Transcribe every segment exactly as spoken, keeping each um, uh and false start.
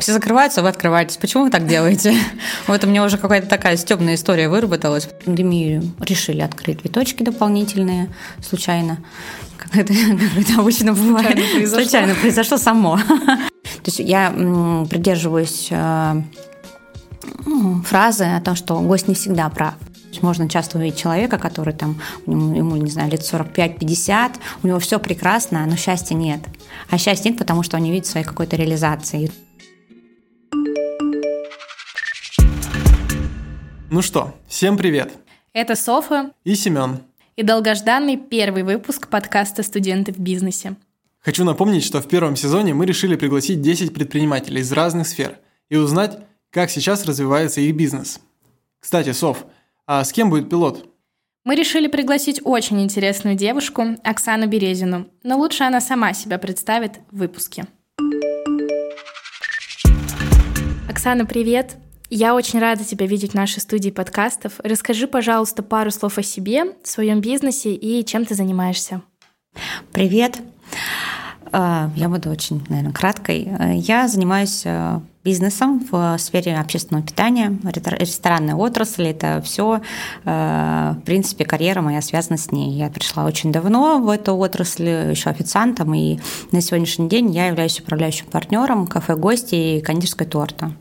все закрываются, а вы открываетесь. Почему вы так делаете? Вот у меня уже какая-то такая стёбная история выработалась. В пандемию решили открыть виточки дополнительные случайно. Как это, как это обычно бывает. Случайно произошло. Случайно произошло само. То есть я придерживаюсь фразы о том, что гость не всегда прав. Можно часто увидеть человека, который там, ему, не знаю, лет сорок пять пятьдесят, у него все прекрасно, но счастья нет. А счастья нет, потому что он не видит своей какой-то реализации. Ну что, всем привет. Это Софа И Семен. И долгожданный первый выпуск подкаста «Студенты в бизнесе». Хочу напомнить, что в первом сезоне мы решили пригласить десять предпринимателей из разных сфер и узнать, как сейчас развивается их бизнес. Кстати, Соф, а с кем будет пилот? Мы решили пригласить очень интересную девушку, Оксану Березину, но лучше она сама себя представит в выпуске. Оксана, привет! Я очень рада тебя видеть в нашей студии подкастов. Расскажи, пожалуйста, пару слов о себе, своем бизнесе и чем ты занимаешься. Привет! Я буду очень, наверное, краткой. Я занимаюсь бизнесом в сфере общественного питания, ресторанная отрасль. Это все, в принципе, карьера моя связана с ней. Я пришла очень давно в эту отрасль, еще официантом, и на сегодняшний день я являюсь управляющим партнером кафе «Гости» и кондитерской торта.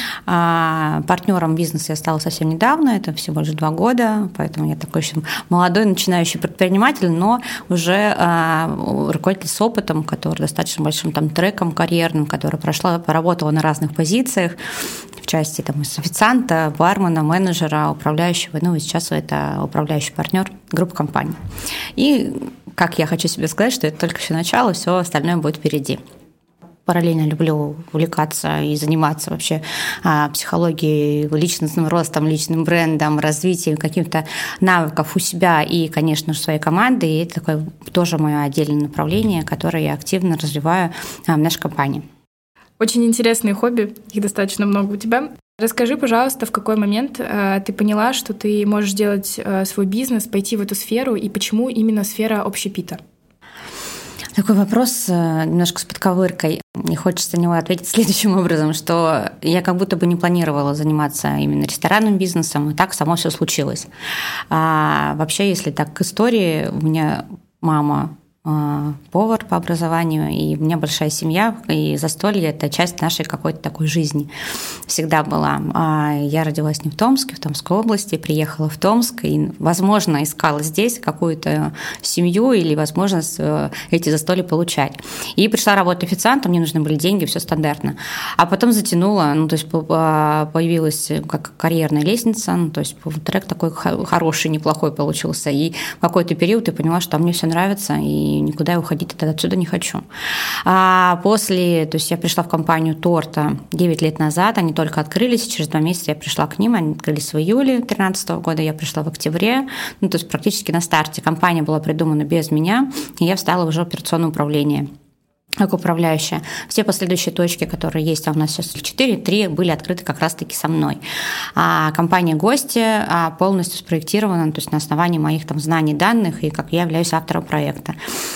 А партнером бизнеса я стала совсем недавно, это всего лишь два года, поэтому я такой еще молодой начинающий предприниматель, но уже руководитель с опытом, который достаточно большим там треком карьерным, который прошла, поработала на разных позициях, в части там, из официанта, бармена, менеджера, управляющего, ну и сейчас это управляющий партнер группы компаний. И как я хочу себе сказать, что это только еще начало, все остальное будет впереди. Параллельно люблю увлекаться и заниматься вообще психологией, личностным ростом, личным брендом, развитием каких-то навыков у себя и, конечно же, своей команды. И это такое тоже мое отдельное направление, которое я активно развиваю в нашей компании. Очень интересные хобби, их достаточно много у тебя. Расскажи, пожалуйста, в какой момент э, ты поняла, что ты можешь делать э, свой бизнес, пойти в эту сферу, и почему именно сфера общепита? Такой вопрос немножко с подковыркой. Мне хочется на него ответить следующим образом, что я как будто бы не планировала заниматься именно ресторанным бизнесом, и так само все случилось. А вообще, если так к истории, у меня мама повар по образованию, и у меня большая семья, и застолье – это часть нашей какой-то такой жизни всегда была. Я родилась не в Томске, в Томской области, приехала в Томск, и, возможно, искала здесь какую-то семью или возможность эти застолья получать. И пришла работать официантом, мне нужны были деньги, все стандартно. А потом затянула, ну, то есть появилась как карьерная лестница, ну, то есть трек такой хороший, неплохой получился, и в какой-то период я поняла, что мне все нравится, и и никуда я уходить отсюда не хочу. А после, то есть я пришла в компанию торта девять лет назад, они только открылись, и через два месяца я пришла к ним, они открылись в июле две тысячи тринадцатого года, я пришла в октябре, ну, то есть практически на старте. Компания была придумана без меня, и я встала уже в операционное управление как управляющая. Все последующие точки, которые есть, а у нас сейчас четыре, три были открыты как раз-таки со мной. А компания «Гости» полностью спроектирована, то есть на основании моих там знаний, данных, и как я являюсь автором проекта.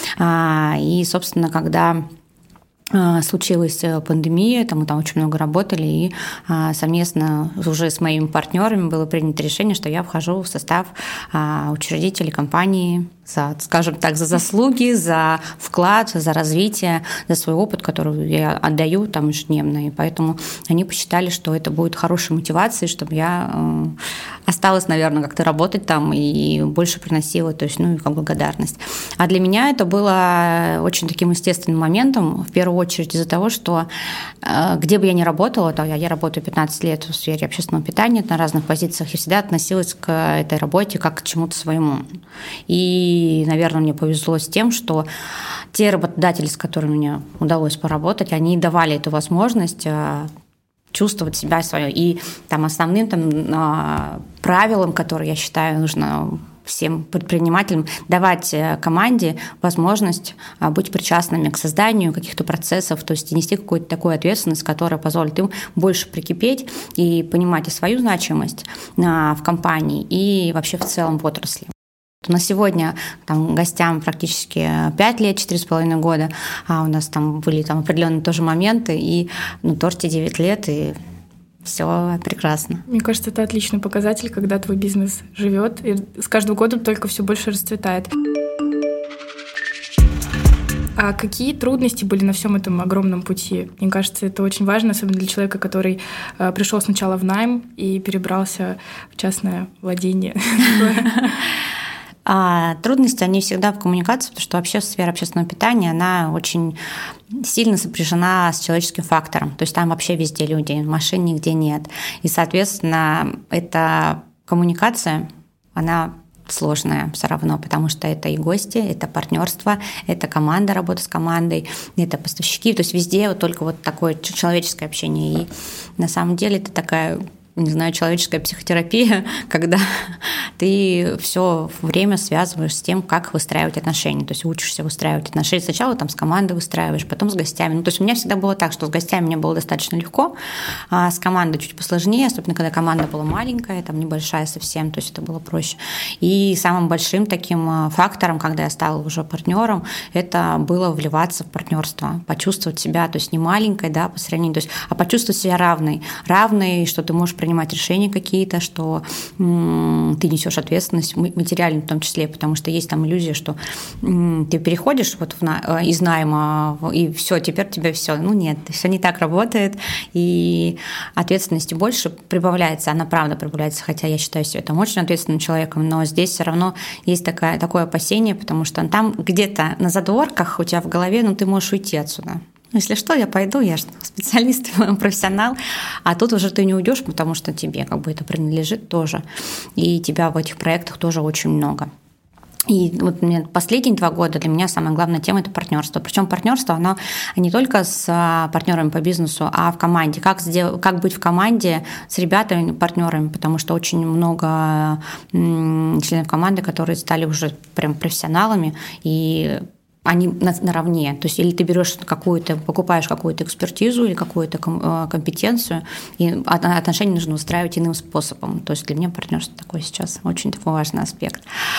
И, собственно, когда случилась пандемия, там мы там очень много работали, и совместно уже с моими партнерами было принято решение, что я вхожу в состав учредителей компании за, скажем так, за заслуги, за вклад, за развитие, за свой опыт, который я отдаю там ежедневно. И поэтому они посчитали, что это будет хорошей мотивацией, чтобы я осталась, наверное, как-то работать там и больше приносила, то есть, ну, как благодарность. А для меня это было очень таким естественным моментом, в первую очередь из-за того, что где бы я ни работала, то я, я работаю пятнадцать лет в сфере общественного питания на разных позициях, и всегда относилась к этой работе как к чему-то своему. И И, наверное, мне повезло с тем, что те работодатели, с которыми мне удалось поработать, они давали эту возможность чувствовать себя свое. И там основным там, правилом, которое, я считаю, нужно всем предпринимателям, давать команде возможность быть причастными к созданию каких-то процессов, то есть нести какую-то такую ответственность, которая позволит им больше прикипеть и понимать и свою значимость в компании, и вообще в целом в отрасли. На сегодня там, гостям практически пять лет, четыре с половиной года, а у нас там были там определенные тоже моменты, и ну, Торте девять лет, и все прекрасно. Мне кажется, это отличный показатель, когда твой бизнес живет и с каждым годом только все больше расцветает. А какие трудности были на всем этом огромном пути? Мне кажется, это очень важно, особенно для человека, который э, пришел сначала в найм и перебрался в частное владение. А трудности, они всегда в коммуникации, потому что вообще сфера общественного питания, она очень сильно сопряжена с человеческим фактором. То есть там вообще везде люди, машин нигде нет. И, соответственно, эта коммуникация, она сложная все равно, потому что это и гости, это партнерство, это команда, работа с командой, это поставщики. То есть везде вот только вот такое человеческое общение. И на самом деле это такая, не знаю, человеческая психотерапия, когда ты все время связываешь с тем, как выстраивать отношения. То есть учишься выстраивать отношения. Сначала там с командой выстраиваешь, потом с гостями. Ну, то есть у меня всегда было так, что с гостями мне было достаточно легко, а с командой чуть посложнее, особенно когда команда была маленькая, там небольшая совсем, то есть это было проще. И самым большим таким фактором, когда я стала уже партнером, это было вливаться в партнерство, почувствовать себя, то есть не маленькой, да, по сравнению, то есть, а почувствовать себя равной. Равной, что ты можешь принимать решения какие-то, что м- ты несешь ответственность, материальную в том числе, потому что есть там иллюзия, что м- ты переходишь вот в на- из найма, и все, теперь тебе все. Ну нет, все не так работает, и ответственности больше прибавляется, она правда прибавляется, хотя я считаю себя там очень ответственным человеком, но здесь все равно есть такая, такое опасение, потому что там где-то на задворках у тебя в голове, ну ты можешь уйти отсюда. Если что, я пойду, я же специалист, профессионал, а тут уже ты не уйдешь, потому что тебе как бы это принадлежит тоже, и тебя в этих проектах тоже очень много. И вот последние два года для меня самая главная тема – это партнерство. Причем партнерство, оно не только с партнерами по бизнесу, а в команде. Как, сделать, как быть в команде с ребятами, партнерами, потому что очень много членов команды, которые стали уже прям профессионалами, и они наравне. То есть или ты берешь какую-то, покупаешь какую-то экспертизу или какую-то компетенцию, и отношения нужно устраивать иным способом. То есть для меня партнерство такой сейчас очень такой важный аспект.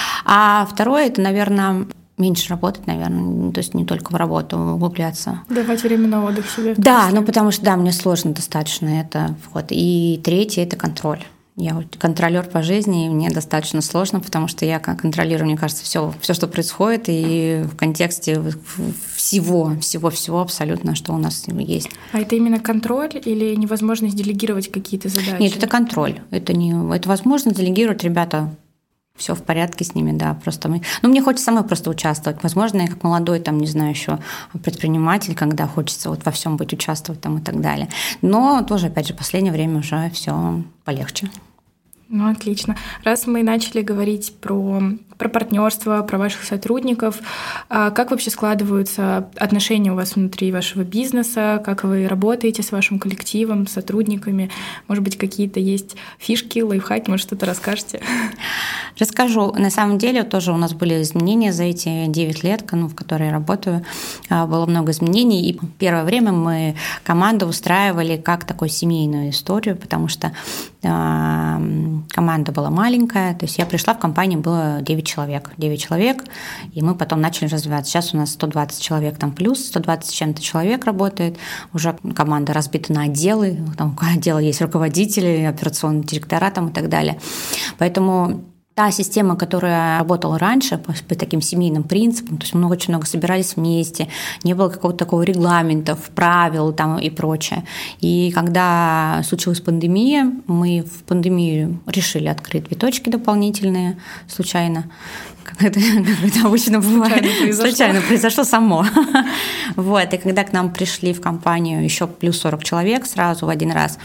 А второе – это, наверное, меньше работать, наверное, то есть не только в работу углубляться. Давать время на отдых себе. Да, ну потому что, да, мне сложно достаточно это. Вот. И третье – это контроль. Я контролер по жизни, и мне достаточно сложно, потому что я контролирую, мне кажется, все, все, что происходит, и в контексте всего, всего-всего абсолютно, что у нас есть. А это именно контроль или невозможность делегировать какие-то задачи? Нет, это контроль. Это, не, это возможность делегировать, ребята, все в порядке с ними, да, просто мы... Ну, мне хочется самой просто участвовать. Возможно, я как молодой, там, не знаю, еще предприниматель, когда хочется вот во всем быть, участвовать там и так далее. Но тоже, опять же, в последнее время уже все полегче. Ну, отлично. Раз мы начали говорить про, про партнерство, про ваших сотрудников, как вообще складываются отношения у вас внутри вашего бизнеса, как вы работаете с вашим коллективом, сотрудниками? Может быть, какие-то есть фишки, лайфхаки, может, что-то расскажете? Расскажу. На самом деле тоже у нас были изменения за эти девять лет, ну, в которой я работаю. Было много изменений. И первое время мы команду устраивали как такую семейную историю, потому что команда была маленькая, то есть я пришла в компанию, было девять человек, девять человек, и мы потом начали развиваться. Сейчас у нас сто двадцать человек там плюс, сто двадцать с чем-то человек работает, уже команда разбита на отделы, там у отдела есть руководители, операционные директора там и так далее. Поэтому та система, которая работала раньше по, по таким семейным принципам, то есть мы очень много собирались вместе, не было какого-то такого регламентов, правил там и прочее. И когда случилась пандемия, мы в пандемию решили открыть две точки дополнительные случайно. Как это, как это обычно бывает. Случайно произошло. Случайно произошло само. Вот. И когда к нам пришли в компанию еще плюс сорок человек сразу в один раз,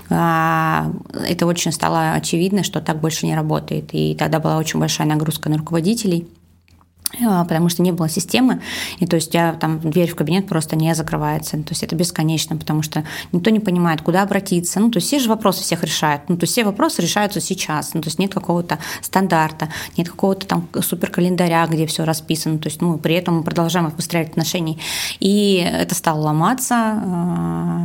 это очень стало очевидно, что так больше не работает. И тогда была очень большая нагрузка на руководителей, потому что не было системы, и то есть у тебя там дверь в кабинет просто не закрывается, то есть это бесконечно, потому что никто не понимает, куда обратиться, ну то есть все же вопросы всех решают, ну то есть все вопросы решаются сейчас, ну то есть нет какого-то стандарта, нет какого-то там суперкалендаря, где все расписано, то есть ну при этом мы продолжаем выстраивать отношения, и это стало ломаться.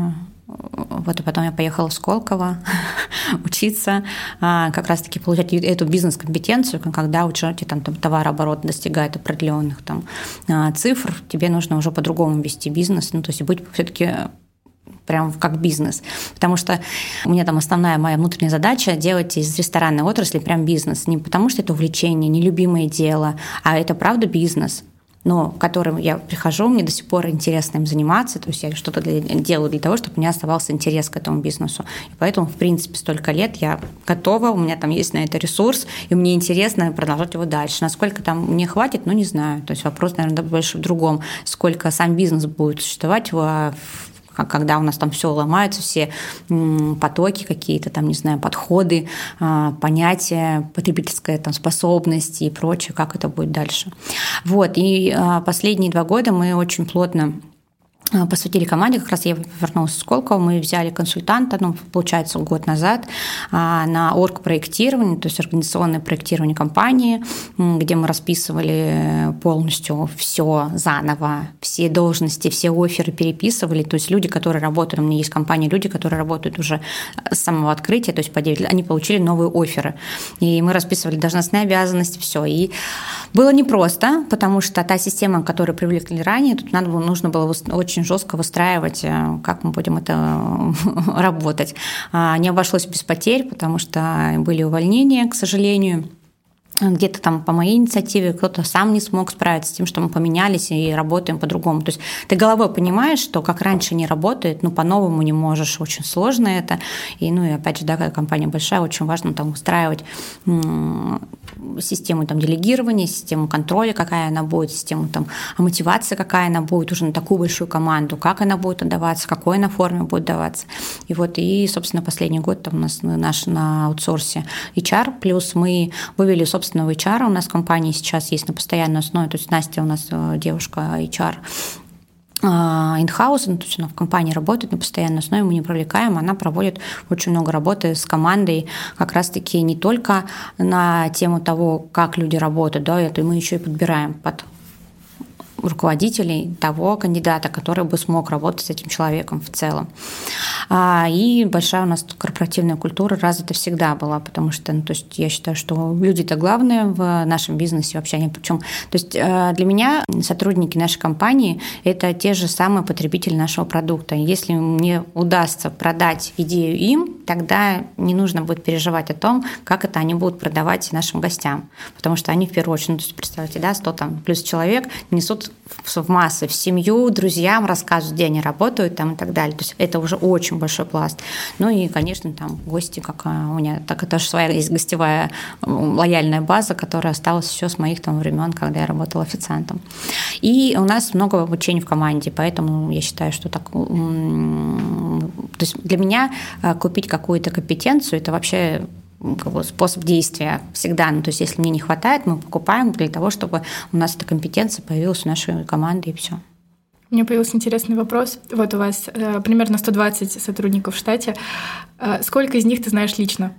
Вот, и потом я поехала в Сколково учиться, как раз-таки получать эту бизнес-компетенцию, когда у тебя там, там товарооборот достигает определенных там цифр, тебе нужно уже по-другому вести бизнес, ну, то есть быть все-таки прям как бизнес. Потому что у меня там основная моя внутренняя задача делать из ресторанной отрасли прям бизнес. Не потому что это увлечение, не любимое дело, а это правда бизнес, но в котором я прихожу, мне до сих пор интересно им заниматься, то есть я что-то для, делаю для того, чтобы у меня оставался интерес к этому бизнесу. И поэтому, в принципе, столько лет я готова, у меня там есть на это ресурс, и мне интересно продолжать его дальше. Насколько там мне хватит, ну, не знаю. То есть вопрос, наверное, больше в другом. Сколько сам бизнес будет существовать в когда у нас там все ломается, все потоки какие-то, там, не знаю, подходы, понятия, потребительская там способность и прочее, как это будет дальше. Вот, и последние два года мы очень плотно посвятили команде, как раз я вернулась из Сколково, мы взяли консультанта, ну, получается, год назад, на оргпроектирование, то есть организационное проектирование компании, где мы расписывали полностью все заново, все должности, все офферы переписывали, то есть люди, которые работают, у меня есть компания, люди, которые работают уже с самого открытия, то есть по девять лет, они получили новые офферы, и мы расписывали должностные обязанности, все, и было непросто, потому что та система, которую привлекли ранее, тут надо было, нужно было очень жестко выстраивать, как мы будем это работать. Не обошлось без потерь, потому что были увольнения, к сожалению. Где-то там по моей инициативе кто-то сам не смог справиться с тем, что мы поменялись и работаем по-другому. То есть ты головой понимаешь, что как раньше не работает, ну, по-новому не можешь, очень сложно это. И, ну, и опять же, да, когда компания большая, очень важно там устраивать систему там делегирования, систему контроля, какая она будет, систему там мотивации, какая она будет уже на такую большую команду, как она будет отдаваться, какой она форме будет даваться. И вот, и, собственно, последний год там у нас наш на аутсорсе эйч ар, плюс мы вывели, собственно, эйч ар у нас в компании сейчас есть на постоянной основе, то есть Настя у нас девушка эйч ар, in-house, ну, то есть она в компании работает на постоянной основе, мы не привлекаем, она проводит очень много работы с командой как раз-таки не только на тему того, как люди работают, да, это мы еще и подбираем под руководителей того кандидата, который бы смог работать с этим человеком в целом. И большая у нас корпоративная культура развита всегда была, потому что, ну, то есть я считаю, что люди-то главные в нашем бизнесе вообще. Они, причем, то есть для меня сотрудники нашей компании – это те же самые потребители нашего продукта. Если мне удастся продать идею им, тогда не нужно будет переживать о том, как это они будут продавать нашим гостям, потому что они в первую очередь, ну, то есть представьте, да, сто там плюс человек несут в массы, в семью, друзьям рассказывают, где они работают там, и так далее. То есть это уже очень большой пласт. Ну и, конечно, там гости, как у меня, так это же своя есть гостевая лояльная база, которая осталась еще с моих там времен, когда я работала официантом. И у нас много обучений в команде, поэтому я считаю, что так, то есть для меня купить какую-то компетенцию – это вообще как бы способ действия всегда. Ну, то есть если мне не хватает, мы покупаем для того, чтобы у нас эта компетенция появилась у нашей команды, и все. У меня появился интересный вопрос. Вот у вас э, примерно сто двадцать сотрудников в штате. Э, сколько из них ты знаешь лично?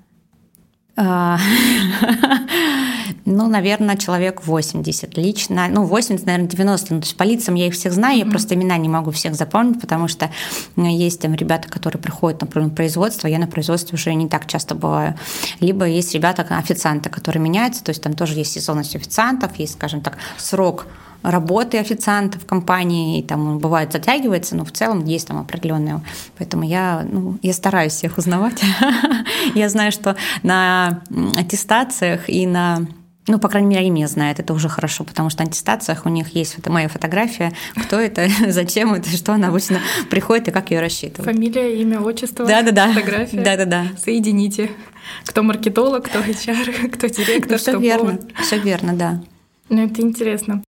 Ну, наверное, человек восемьдесят лично. Ну, восемьдесят, наверное, девяносто. Ну, то есть по лицам я их всех знаю, mm-hmm. я просто имена не могу всех запомнить, потому что есть там ребята, которые приходят, например, на производство, я на производстве уже не так часто бываю. Либо есть ребята, официанты, которые меняются, то есть там тоже есть сезонность официантов, есть, скажем так, срок работы официанта в компании, и там он бывает затягивается, но в целом есть там определенные. Поэтому я, ну, я стараюсь всех узнавать. Я знаю, что на аттестациях и на... Ну, по крайней мере, они меня знают, это уже хорошо, потому что на аттестациях у них есть моя фотография, кто это, зачем это, что она обычно приходит и как ее рассчитывают. Фамилия, имя, отчество, да-да-да. фотография. Да-да-да. Соедините. Кто маркетолог, кто эйч ар, кто директор, ну, все кто верно, повар. Все верно, да. Ну, это интересно.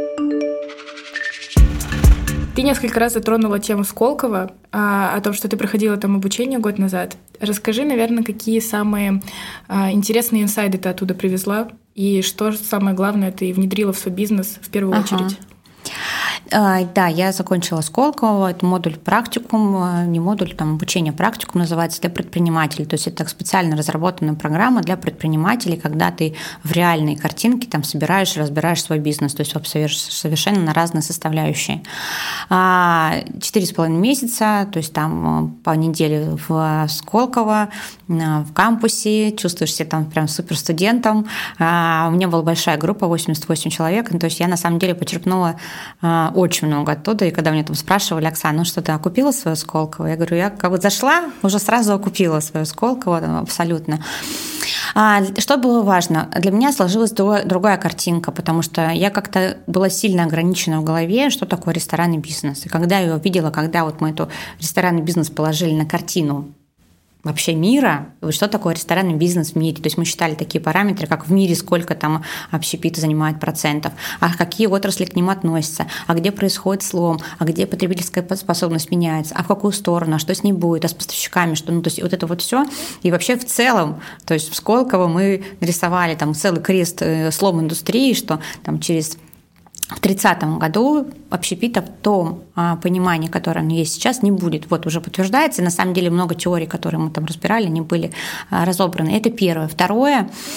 Ты несколько раз затронула тему Сколково, а, о том, что ты проходила там обучение год назад. Расскажи, наверное, какие самые а, интересные инсайды ты оттуда привезла, и что самое главное ты внедрила в свой бизнес в первую ага. очередь? Да, я закончила Сколково, это модуль практикум, не модуль, там обучение практикум называется для предпринимателей, то есть это специально разработанная программа для предпринимателей, когда ты в реальной картинке там собираешь, разбираешь свой бизнес, то есть совершенно на разные составляющие. Четыре с половиной месяца, то есть там по неделе в Сколково, в кампусе, чувствуешь себя там прям суперстудентом. У меня была большая группа, восемьдесят восемь человек, то есть я на самом деле почерпнула очень много оттуда, и когда меня там спрашивали: Оксана, ну что, ты окупила свое Сколково? Я говорю, я как бы зашла, уже сразу окупила свое Сколково, абсолютно. Что было важно? Для меня сложилась другая картинка, потому что я как-то была сильно ограничена в голове, что такое ресторанный бизнес. И когда я увидела, когда вот мы эту ресторанный бизнес положили на картину вообще мира, что такое ресторанный бизнес в мире. То есть мы считали такие параметры, как в мире сколько там общепита занимает процентов, а какие отрасли к ним относятся, а где происходит слом, а где потребительская способность меняется, а в какую сторону, а что с ней будет, а с поставщиками, что, ну, то есть вот это вот все. И вообще в целом, то есть в Сколково мы нарисовали там целый крест слом индустрии, что там через в тридцатом году общепита в том а, понимании, которое оно есть сейчас, не будет. Вот уже подтверждается. И на самом деле много теорий, которые мы там разбирали, не были а, разобраны. Это первое. Второе –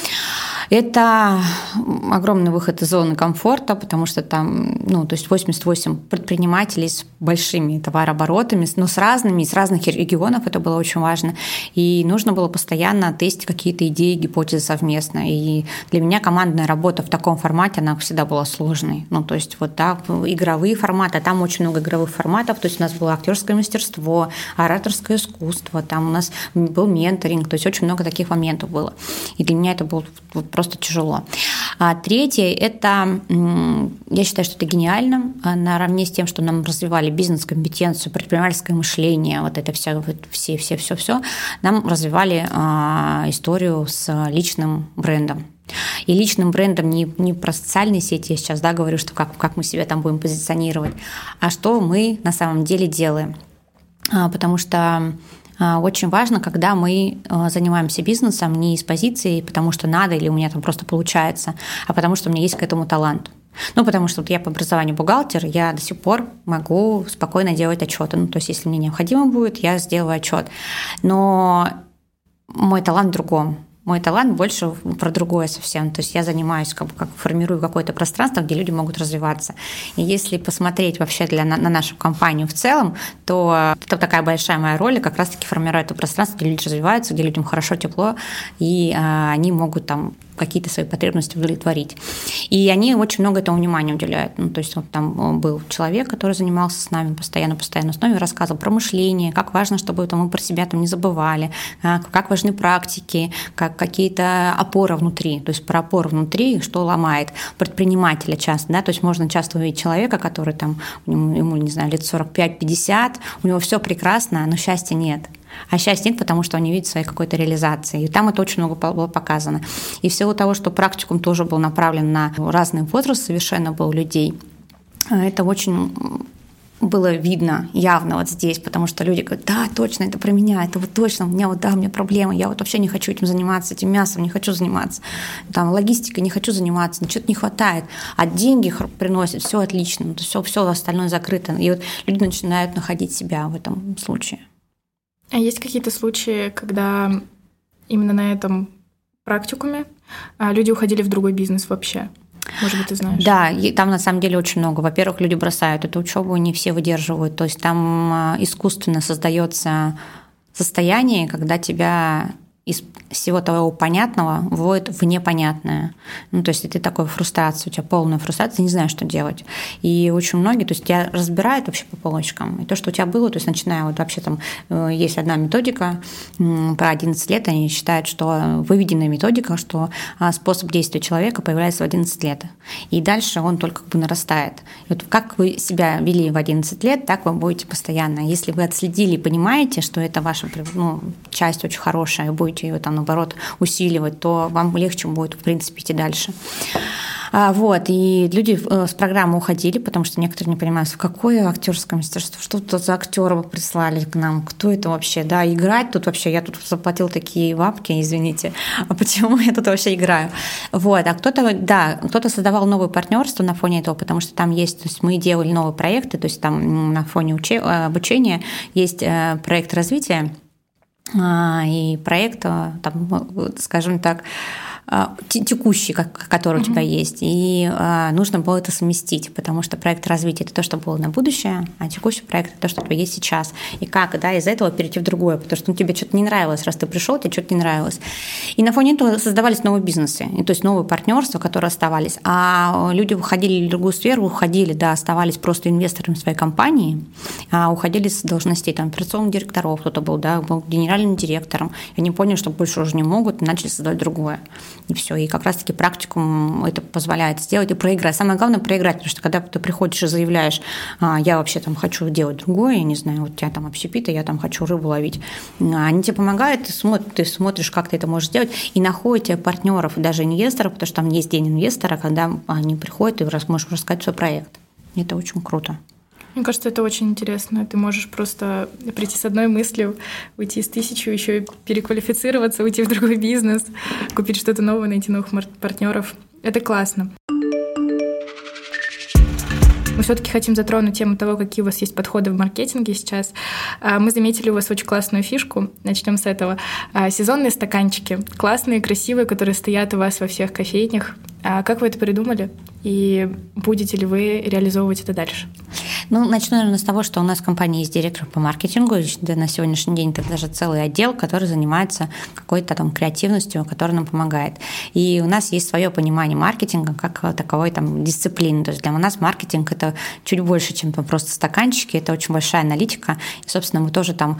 это огромный выход из зоны комфорта, потому что там, ну, то есть восемьдесят восемь предпринимателей с большими товарооборотами, но с разными, из разных регионов, это было очень важно. И нужно было постоянно тестить какие-то идеи, гипотезы совместно. И для меня командная работа в таком формате, она всегда была сложной. Ну, то есть вот, да, игровые форматы, а там очень много игровых форматов, то есть у нас было актерское мастерство, ораторское искусство, там у нас был менторинг, то есть очень много таких моментов было. И для меня это было просто тяжело. А третье – это, я считаю, что это гениально, наравне с тем, что нам развивали бизнес-компетенцию, предпринимательское мышление, вот это все, вот все, все, все, все, нам развивали а, историю с личным брендом. И личным брендом не, не про социальные сети я сейчас, да, говорю, что как, как мы себя там будем позиционировать, а что мы на самом деле делаем. А, потому что очень важно, когда мы занимаемся бизнесом не из позиции, потому что надо или у меня там просто получается, а потому что у меня есть к этому талант. Ну, потому что вот я по образованию бухгалтер, я до сих пор могу спокойно делать отчеты. Ну, то есть, если мне необходимо будет, я сделаю отчет. Но мой талант в другом. Мой талант больше про другое совсем. То есть я занимаюсь, как, как формирую какое-то пространство, где люди могут развиваться. И если посмотреть вообще для, на, на нашу компанию в целом, то это такая большая моя роль, как раз-таки формировать это пространство, где люди развиваются, где людям хорошо, тепло, и а, они могут там какие-то свои потребности удовлетворить. И они очень много этому внимания уделяют. Ну, то есть вот там был человек, который занимался с нами постоянно, постоянно основе, рассказывал про мышление, как важно, чтобы там, мы про себя там не забывали, как важны практики, как какие-то опоры внутри. То есть про опору внутри, что ломает предпринимателя часто. Да? То есть можно часто увидеть человека, который там, ему, не знаю, лет сорок пять пятьдесят, у него все прекрасно, но счастья нет. А счастья нет, потому что он не видит своей какой-то реализации. И там это очень много было показано. И в силу того, что практикум тоже был направлен на разный возраст совершенно был людей, это очень было видно явно вот здесь, потому что люди говорят: да, точно, это про меня, это вот точно, у меня вот, да, у меня проблемы, я вот вообще не хочу этим заниматься, этим мясом не хочу заниматься, там, логистикой не хочу заниматься, ничего не хватает, а деньги приносят, все отлично, все, все остальное закрыто. И вот люди начинают находить себя в этом случае. А есть какие-то случаи, когда именно на этом практикуме люди уходили в другой бизнес вообще? Может быть, ты знаешь? Да, и там на самом деле очень много. Во-первых, люди бросают эту учебу, не все выдерживают. То есть там искусственно создается состояние, когда тебя из всего того понятного вводит в непонятное. Ну, то есть ты такой фрустрация, у тебя полная фрустрация, ты не знаешь, что делать. И очень многие, то есть тебя разбирают вообще по полочкам. И то, что у тебя было, то есть начиная вот вообще там, есть одна методика про одиннадцать лет, они считают, что выведенная методика, что способ действия человека появляется в одиннадцать лет. И дальше он только как бы нарастает. И вот как вы себя вели в одиннадцать лет, так вы будете постоянно. Если вы отследили и понимаете, что это ваша, ну, часть очень хорошая, и будете ее там, наоборот, усиливать, то вам легче будет, в принципе, идти дальше. Вот, и люди с программы уходили, потому что некоторые не понимают, в какое актерское мастерство, что тут за актеров прислали к нам, кто это вообще, да, играть тут вообще, я тут заплатил такие бабки, извините, а почему я тут вообще играю? Вот, а кто-то, да, кто-то создавал новое партнерство на фоне этого, потому что там есть, то есть мы делали новые проекты, то есть там на фоне уче- обучения есть проект развития и проект, там, скажем так, текущий, который у тебя есть, и нужно было это совместить, потому что проект развития – это то, что было на будущее, а текущий проект – это то, что у тебя есть сейчас. И как, да, из этого перейти в другое, потому что ну, тебе что-то не нравилось, раз ты пришел, тебе что-то не нравилось. И на фоне этого создавались новые бизнесы, и, то есть новые партнерства, которые оставались. А люди уходили в другую сферу, уходили, да, оставались просто инвесторами своей компании, а уходили с должностей там, операционных директоров, кто-то был, да, был генеральным директором, и они поняли, что больше уже не могут, и начали создавать другое. И все. И как раз-таки практикум это позволяет сделать и проиграть. Самое главное – проиграть, потому что когда ты приходишь и заявляешь, я вообще там хочу делать другое, я не знаю, вот у тебя там общепит, а я там хочу рыбу ловить, они тебе помогают, ты смотришь, ты смотришь, как ты это можешь сделать, и находят тебе партнеров, даже инвесторов, потому что там есть день инвестора, когда они приходят, и ты можешь рассказать свой проект. И это очень круто. Мне кажется, это очень интересно. Ты можешь просто прийти с одной мыслью, уйти с тысячи, еще и переквалифицироваться, уйти в другой бизнес, купить что-то новое, найти новых партнеров. Это классно. Мы все-таки хотим затронуть тему того, какие у вас есть подходы в маркетинге сейчас. Мы заметили у вас очень классную фишку. Начнем с этого. Сезонные стаканчики. Классные, красивые, которые стоят у вас во всех кофейнях. Как вы это придумали? И будете ли вы реализовывать это дальше? Ну, начну, наверное, с того, что у нас в компании есть директор по маркетингу, и на сегодняшний день это даже целый отдел, который занимается какой-то там креативностью, который нам помогает. И у нас есть свое понимание маркетинга как таковой там дисциплины. То есть для нас маркетинг – это чуть больше, чем просто стаканчики, это очень большая аналитика. И, собственно, мы тоже там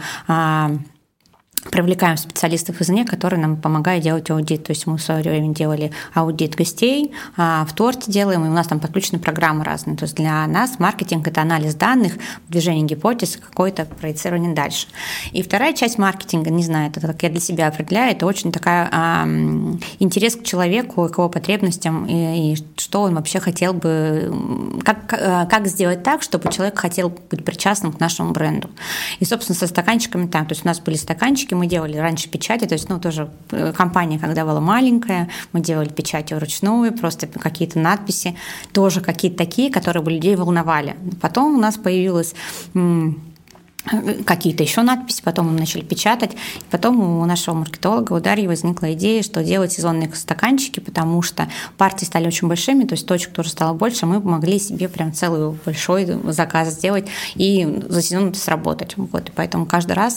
привлекаем специалистов извне, которые нам помогают делать аудит. То есть мы в свое время делали аудит гостей, а в торте делаем, и у нас там подключены программы разные. То есть для нас маркетинг – это анализ данных, движение гипотез, какое-то проецирование дальше. И вторая часть маркетинга, не знаю, это как я для себя определяю, это очень такая а, интерес к человеку, к его потребностям, и, и что он вообще хотел бы, как, как сделать так, чтобы человек хотел быть причастным к нашему бренду. И, собственно, со стаканчиками там, то есть у нас были стаканчики, мы делали раньше печати, то есть, ну, тоже компания, когда была маленькая, мы делали печати вручную, просто какие-то надписи, тоже какие-то такие, которые бы людей волновали. Потом у нас появилась какие-то еще надписи, потом мы начали печатать. Потом у нашего маркетолога, у Дарьи, возникла идея, что делать сезонные стаканчики, потому что партии стали очень большими, то есть точек тоже стало больше, мы могли себе прям целый большой заказ сделать и за сезон это сработать. Вот. И поэтому каждый раз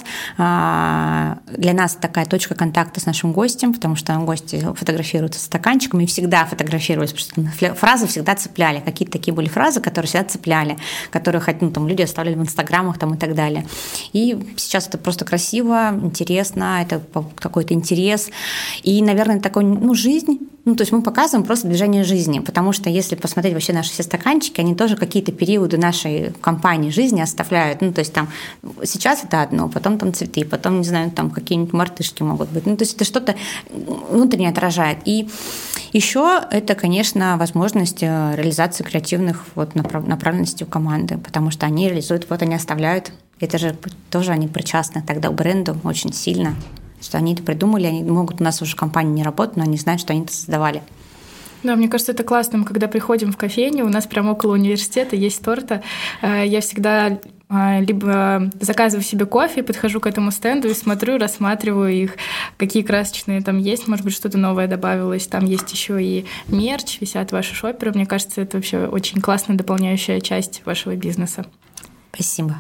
для нас такая точка контакта с нашим гостем, потому что гости фотографируются с стаканчиками и всегда фотографировались, потому что фразы всегда цепляли. Какие-то такие были фразы, которые всегда цепляли, которые ну, там, люди оставляли в инстаграмах там, и так далее. И сейчас это просто красиво, интересно, это какой-то интерес. И, наверное, такой, ну, жизнь. Ну, то есть мы показываем просто движение жизни, потому что если посмотреть вообще наши все стаканчики, они тоже какие-то периоды нашей компании жизни оставляют. Ну, то есть там сейчас это одно, потом там цветы, потом, не знаю, там какие-нибудь мартышки могут быть. Ну, то есть это что-то внутренне отражает. И еще это, конечно, возможность реализации креативных вот направленностей у команды, потому что они реализуют, вот они оставляют. Это же тоже они причастны тогда к бренду очень сильно, что они это придумали, они могут у нас уже в компании не работать, но они знают, что они это создавали. Да, мне кажется, это классно. Мы когда приходим в кофейню, у нас прямо около университета есть торта. Я всегда либо заказываю себе кофе, подхожу к этому стенду и смотрю, рассматриваю их, какие красочные там есть, может быть, что-то новое добавилось. Там есть еще и мерч, висят ваши шоперы. Мне кажется, это вообще очень классная дополняющая часть вашего бизнеса. Спасибо.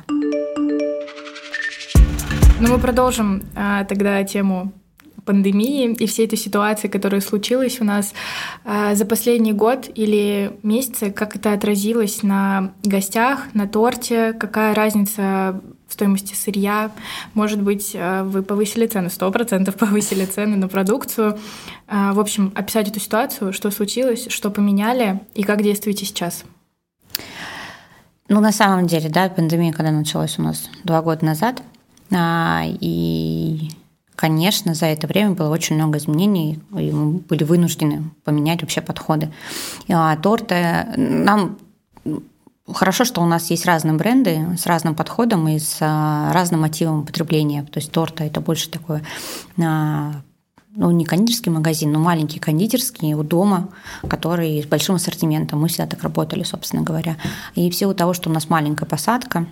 Ну, мы продолжим а, тогда тему пандемии и всей этой ситуации, которая случилась у нас а, за последний год или месяцы. Как это отразилось на гостях, на торте? Какая разница в стоимости сырья? Может быть, вы повысили цены, сто процентов повысили цены на продукцию. А, в общем, описать эту ситуацию, что случилось, что поменяли и как действуете сейчас? Ну, на самом деле, да, пандемия, когда началась у нас два года назад, и конечно, за это время было очень много изменений, и мы были вынуждены поменять вообще подходы. А торты нам... Хорошо, что у нас есть разные бренды с разным подходом и с разным мотивом потребления. То есть торта – это больше такое, ну, не кондитерский магазин, но маленький кондитерский у дома, который с большим ассортиментом. Мы всегда так работали, собственно говоря. И в силу того, что у нас маленькая посадка,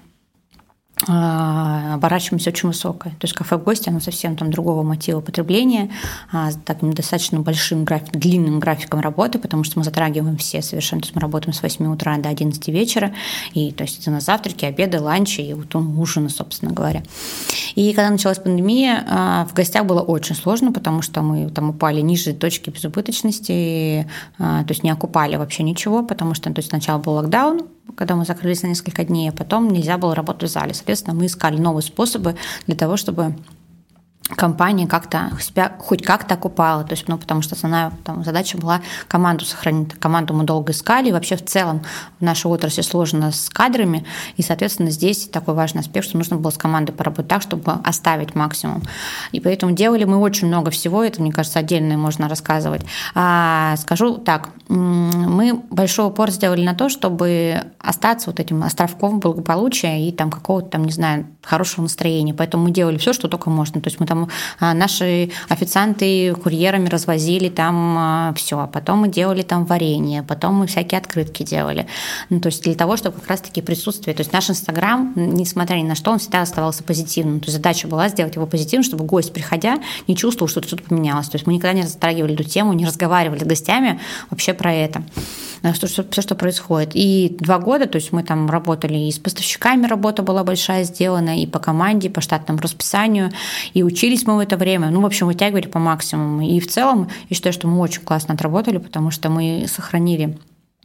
оборачиваемость очень высокая. То есть кафе «Гости», оно совсем там другого мотива потребления, с таким достаточно большим графиком, длинным графиком работы, потому что мы затрагиваем все совершенно. То есть мы работаем с восьми утра до одиннадцати вечера, и то есть это на завтраки, обеды, ланчи и вот ужины, собственно говоря. И когда началась пандемия, в гостях было очень сложно, потому что мы там упали ниже точки безубыточности, то есть не окупали вообще ничего, потому что то есть сначала был локдаун, когда мы закрылись на несколько дней, а потом нельзя было работать в зале. Соответственно, мы искали новые способы для того, чтобы компания как-то себя хоть как-то окупала. То есть, ну, потому что основная там задача была команду сохранить. Команду мы долго искали. И вообще в целом в нашей отрасли сложно с кадрами. И, соответственно, здесь такой важный аспект, что нужно было с командой поработать так, чтобы оставить максимум. И поэтому делали мы очень много всего. Это, мне кажется, отдельно можно рассказывать. А, скажу так. Мы большой упор сделали на то, чтобы остаться вот этим островком благополучия и там какого-то там, не знаю, хорошего настроения. Поэтому мы делали все, что только можно. То есть мы там наши официанты курьерами развозили там все, а потом мы делали там варенье, потом мы всякие открытки делали. Ну, то есть для того, чтобы как раз-таки присутствие. То есть наш Инстаграм, несмотря ни на что, он всегда оставался позитивным. То есть задача была сделать его позитивным, чтобы гость, приходя, не чувствовал, что что-то поменялось. То есть мы никогда не затрагивали эту тему, не разговаривали с гостями вообще про это. Все, что, все, что происходит. И два года, то есть мы там работали, и с поставщиками работа была большая сделана, и по команде, и по штатному расписанию, и учились мы в это время, ну, в общем, вытягивали по максимуму. И в целом, я считаю, что мы очень классно отработали, потому что мы сохранили,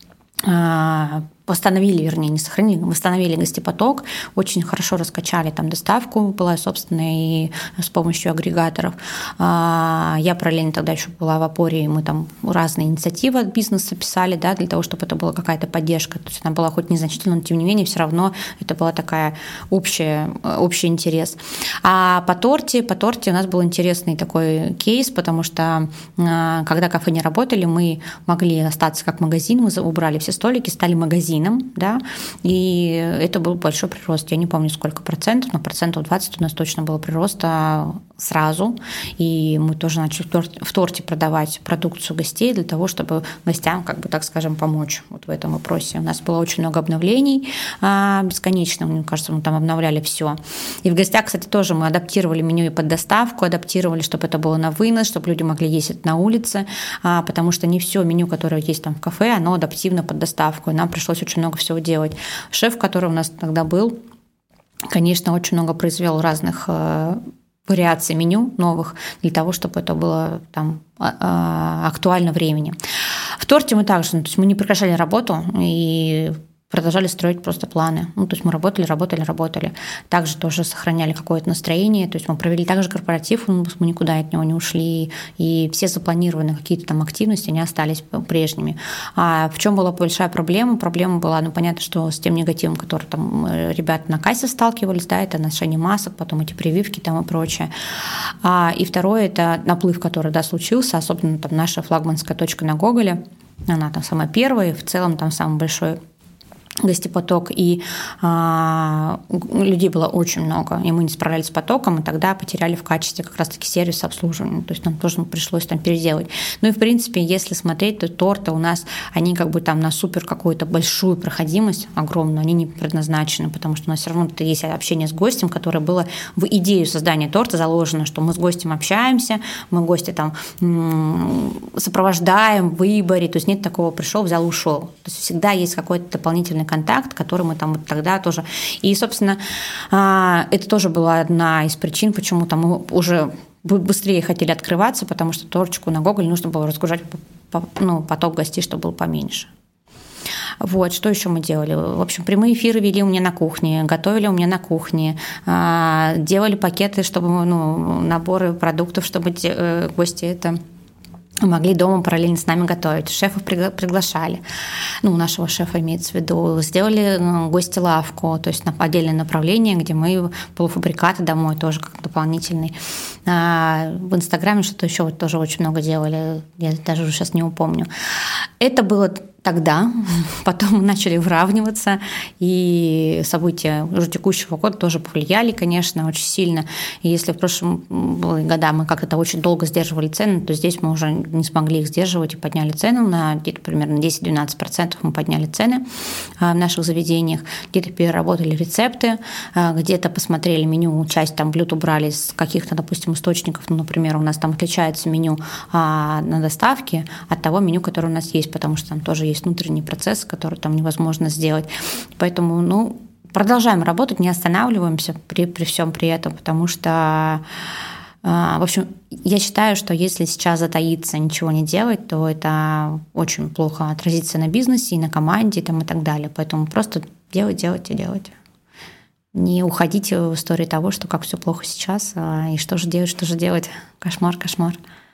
восстановили, вернее, не сохранили, восстановили гостепоток, очень хорошо раскачали там доставку, была собственная и с помощью агрегаторов. Я параллельно тогда еще была в опоре, и мы там разные инициативы от бизнеса писали, да, для того, чтобы это была какая-то поддержка. То есть она была хоть незначительна, но тем не менее все равно это была такая общая, общий интерес. А по торте, по торте у нас был интересный такой кейс, потому что когда кафе не работали, мы могли остаться как магазин, мы убрали все столики, стали магазином, да, и это был большой прирост. Я не помню, сколько процентов, но процентов двадцать у нас точно было прироста сразу, и мы тоже начали в торте, в торте продавать продукцию гостей для того, чтобы гостям, как бы так скажем, помочь вот в этом вопросе. У нас было очень много обновлений а, бесконечно, мне кажется, мы там обновляли все. И в гостях, кстати, тоже мы адаптировали меню и под доставку, адаптировали, чтобы это было на вынос, чтобы люди могли есть это на улице, а, потому что не все меню, которое есть там в кафе, оно адаптивно под доставку, и нам пришлось очень много всего делать. Шеф, который у нас тогда был, конечно, очень много произвел разных э, вариаций меню новых для того, чтобы это было там э, актуально времени. В торте мы также, ну, то есть мы не прекращали работу и продолжали строить просто планы. Ну, то есть мы работали, работали, работали. Также тоже сохраняли какое-то настроение. То есть мы провели также корпоратив, мы никуда от него не ушли. И все запланированные какие-то там активности, они остались прежними. А в чем была большая проблема? Проблема была, ну, понятно, что с тем негативом, который там ребята на кассе сталкивались, да, это ношение масок, потом эти прививки там и прочее. А, и второе, это наплыв, который, да, случился, особенно там наша флагманская точка на Гоголе. Она там самая первая, и в целом там самый большой гостепоток, и а, людей было очень много, и мы не справлялись с потоком, и тогда потеряли в качестве как раз-таки сервиса обслуживания, то есть нам тоже пришлось там переделать. Ну и, в принципе, если смотреть, то торты у нас, они как бы там на супер какую-то большую проходимость, огромную, они не предназначены, потому что у нас все равно есть общение с гостем, которое было в идею создания торта заложено, что мы с гостем общаемся, мы гостя там сопровождаем в выборе, то есть нет такого пришел, взял, ушел. То есть всегда есть какой-то дополнительный контакт, который мы там вот тогда тоже... И, собственно, это тоже была одна из причин, почему там мы уже быстрее хотели открываться, потому что торчику на Гоголе нужно было разгружать, ну, поток гостей, чтобы был поменьше. Вот, что еще мы делали? В общем, прямые эфиры вели у меня на кухне, готовили у меня на кухне, делали пакеты, чтобы, ну, наборы продуктов, чтобы гости это... могли дома параллельно с нами готовить. Шефов пригла- приглашали. Ну, нашего шефа имеется в виду. Сделали ну, гости-лавку, то есть на отдельное направление, где мы полуфабрикаты домой тоже как дополнительный. А в Инстаграме что-то еще вот тоже очень много делали. Я даже уже сейчас не упомню. Это было тогда, потом мы начали выравниваться, и события уже текущего года тоже повлияли, конечно, очень сильно. И если в прошлом года мы как-то очень долго сдерживали цены, то здесь мы уже не смогли их сдерживать и подняли цену на где-то примерно десять-двенадцать процентов мы подняли цены в наших заведениях, где-то переработали рецепты, где-то посмотрели меню, часть там блюд убрали с каких-то, допустим, источников, ну, например, у нас там отличается меню на доставке от того меню, которое у нас есть, потому что там тоже есть внутренний процесс, который там невозможно сделать. Поэтому, ну, продолжаем работать, не останавливаемся при, при всем при этом, потому что, в общем, я считаю, что если сейчас затаиться, ничего не делать, то это очень плохо отразится на бизнесе и на команде там, и так далее. Поэтому просто делать, делать и делать. Не уходите в историю того, что как все плохо сейчас, и что же делать, что же делать. Кошмар, кошмар.